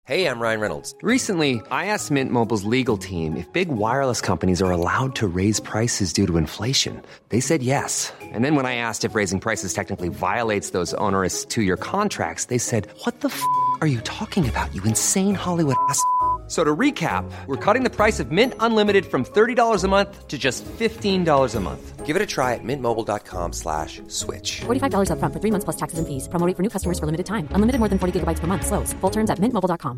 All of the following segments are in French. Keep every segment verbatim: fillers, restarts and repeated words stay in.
Hey, I'm Ryan Reynolds. Recently, I asked Mint Mobile's legal team if big wireless companies are allowed to raise prices due to inflation. They said yes. And then when I asked if raising prices technically violates those onerous two-year contracts, they said, what the f*** are you talking about, you insane Hollywood ass f- So to recap, we're cutting the price of Mint Unlimited from thirty dollars a month to just fifteen dollars a month. Give it a try at mintmobile.com slash switch. forty-five dollars up front for three months plus taxes and fees. Promo rate for new customers for limited time. Unlimited more than forty gigabytes per month. Slows full terms at mint mobile dot com.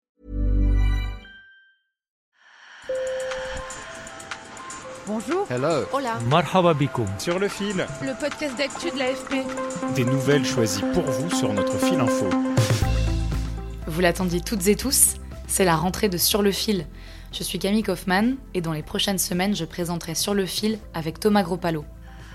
Bonjour. Hello. Hola. Marhaba bikoum. Sur le fil. Le podcast d'actu de l'A F P. Des nouvelles choisies pour vous sur notre fil info. Vous l'attendiez toutes et tous, c'est la rentrée de Sur le fil. Je suis Camille Kaufmann et dans les prochaines semaines, je présenterai Sur le fil avec Thomas Gros-Palot.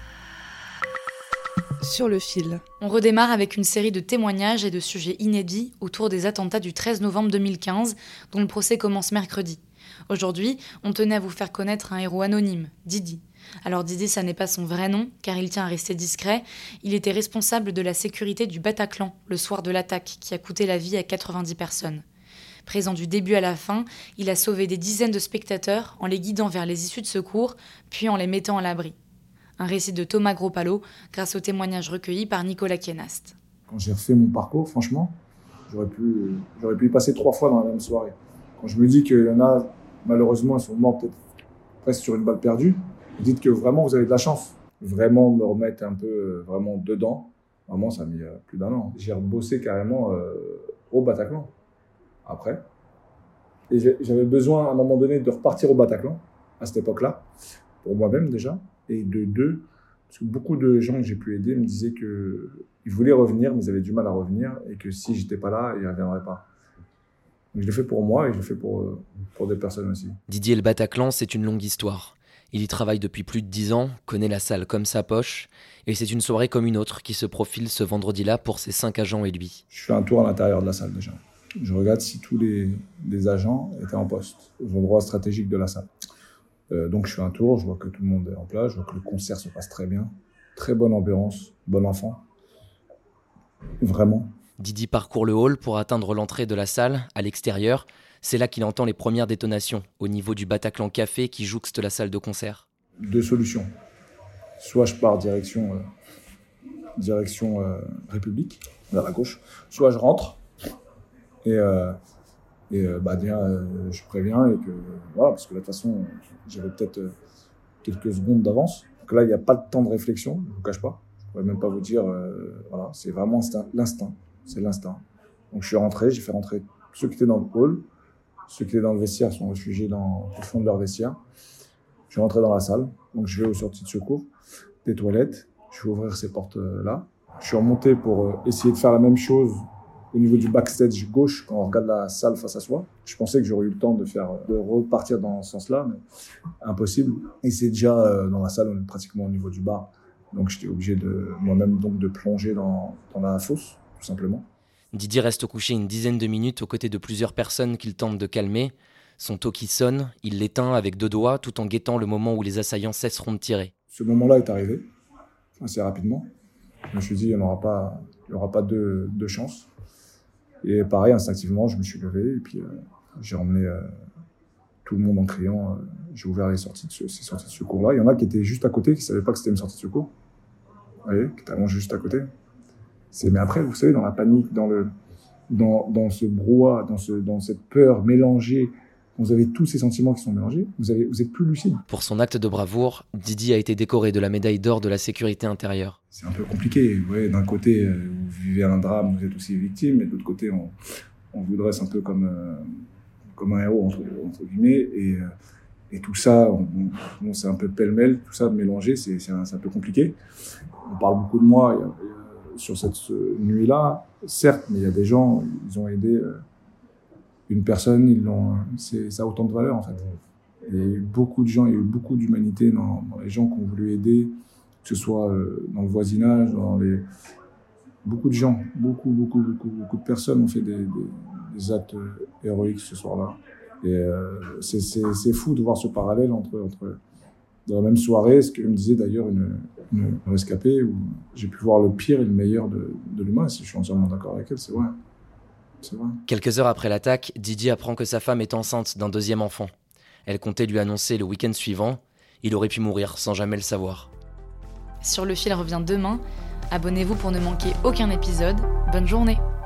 Sur le fil. On redémarre avec une série de témoignages et de sujets inédits autour des attentats du treize novembre deux mille quinze, dont le procès commence mercredi. Aujourd'hui, on tenait à vous faire connaître un héros anonyme, Didi. Alors Didi, ça n'est pas son vrai nom, car il tient à rester discret. Il était responsable de la sécurité du Bataclan, le soir de l'attaque, qui a coûté la vie à quatre-vingt-dix personnes. Présent du début à la fin, il a sauvé des dizaines de spectateurs en les guidant vers les issues de secours, puis en les mettant à l'abri. Un récit de Thomas Gros-Palot, grâce aux témoignages recueillis par Nicolas Kienast. Quand j'ai refait mon parcours, franchement, j'aurais pu, j'aurais pu y passer trois fois dans la même soirée. Quand je me dis qu'il y en a, malheureusement, ils sont morts peut-être presque sur une balle perdue, vous dites que vraiment vous avez de la chance. Vraiment me remettre un peu euh, vraiment dedans, vraiment ça a mis euh, plus d'un an. J'ai rebossé carrément euh, au Bataclan, après. Et j'avais besoin à un moment donné de repartir au Bataclan, à cette époque-là, pour moi-même déjà. Et de deux, parce que beaucoup de gens que j'ai pu aider me disaient qu'ils voulaient revenir, mais ils avaient du mal à revenir, et que si j'étais pas là, ils ne reviendraient pas. Donc je l'ai fait pour moi et je l'ai fait pour, pour des personnes aussi. Didier le Bataclan, c'est une longue histoire. Il y travaille depuis plus de dix ans, connaît la salle comme sa poche, et c'est une soirée comme une autre qui se profile ce vendredi-là pour ses cinq agents et lui. Je fais un tour à l'intérieur de la salle déjà. Je regarde si tous les, les agents étaient en poste, aux endroits stratégiques de la salle. Euh, donc je fais un tour, je vois que tout le monde est en place, je vois que le concert se passe très bien. Très bonne ambiance, bon enfant. Vraiment. Didi parcourt le hall pour atteindre l'entrée de la salle, à l'extérieur. C'est là qu'il entend les premières détonations, au niveau du Bataclan Café qui jouxte la salle de concert. Deux solutions. Soit je pars direction, euh, direction euh, République, vers la gauche, soit je rentre et, euh, et euh, bah, déjà, euh, je préviens et que, voilà, parce que de toute façon, j'avais peut-être euh, quelques secondes d'avance. Donc là, il n'y a pas de temps de réflexion, je ne vous cache pas. Je ne pourrais même pas vous dire, euh, voilà, c'est vraiment instinct, l'instinct. C'est l'instinct. Donc je suis rentré, j'ai fait rentrer ceux qui étaient dans le hall, ceux qui étaient dans le vestiaire sont réfugiés dans, au fond de leur vestiaire. Je suis rentré dans la salle, donc je vais aux sorties de secours, des toilettes, je vais ouvrir ces portes-là. Je suis remonté pour essayer de faire la même chose au niveau du backstage gauche, quand on regarde la salle face à soi. Je pensais que j'aurais eu le temps de faire, de repartir dans ce sens-là, mais impossible. Et c'est déjà dans la salle, on est pratiquement au niveau du bar. Donc j'étais obligé de moi-même donc de plonger dans, dans la fosse, tout simplement. Didier reste couché une dizaine de minutes aux côtés de plusieurs personnes qu'il tente de calmer. Son toki sonne, il l'éteint avec deux doigts tout en guettant le moment où les assaillants cesseront de tirer. Ce moment-là est arrivé, assez rapidement. Je me suis dit, il n'y aura pas, il n'y aura pas de, de chance. Et pareil, instinctivement, je me suis levé et puis euh, j'ai emmené euh, tout le monde en criant. Euh, j'ai ouvert les sorties de, ces sorties de secours-là. Il y en a qui étaient juste à côté, qui ne savaient pas que c'était une sortie de secours. Vous voyez, qui étaient allongés juste à côté. C'est, mais après, vous savez, dans la panique, dans, le, dans, dans ce brouhaha, dans, ce, dans cette peur mélangée, vous avez tous ces sentiments qui sont mélangés, vous, avez, vous êtes plus lucide. Pour son acte de bravoure, Didi a été décoré de la médaille d'or de la sécurité intérieure. C'est un peu compliqué. Vous voyez, d'un côté, vous vivez un drame, vous êtes aussi victime, et de l'autre côté, on, on vous dresse un peu comme, euh, comme un héros, entre, entre guillemets, et, euh, et tout ça, on, on, c'est un peu pêle-mêle, tout ça mélangé, c'est, c'est, un, c'est un peu compliqué. On parle beaucoup de moi, il y a, il y a, sur cette nuit-là, certes, mais il y a des gens, ils ont aidé euh, une personne, ils l'ont, c'est, ça a autant de valeur en fait. Et il y a eu beaucoup de gens, il y a eu beaucoup d'humanité dans, dans les gens qui ont voulu aider, que ce soit euh, dans le voisinage, dans les... Beaucoup de gens, beaucoup, beaucoup, beaucoup, beaucoup de personnes ont fait des, des, des actes héroïques ce soir-là. Et euh, c'est, c'est, c'est fou de voir ce parallèle entre... entre dans la même soirée, ce que me disait d'ailleurs une, une rescapée, où j'ai pu voir le pire et le meilleur de, de l'humain, si je suis entièrement d'accord avec elle, c'est vrai. C'est vrai. Quelques heures après l'attaque, Didi apprend que sa femme est enceinte d'un deuxième enfant. Elle comptait lui annoncer le week-end suivant. Il aurait pu mourir sans jamais le savoir. Sur le fil revient demain. Abonnez-vous pour ne manquer aucun épisode. Bonne journée.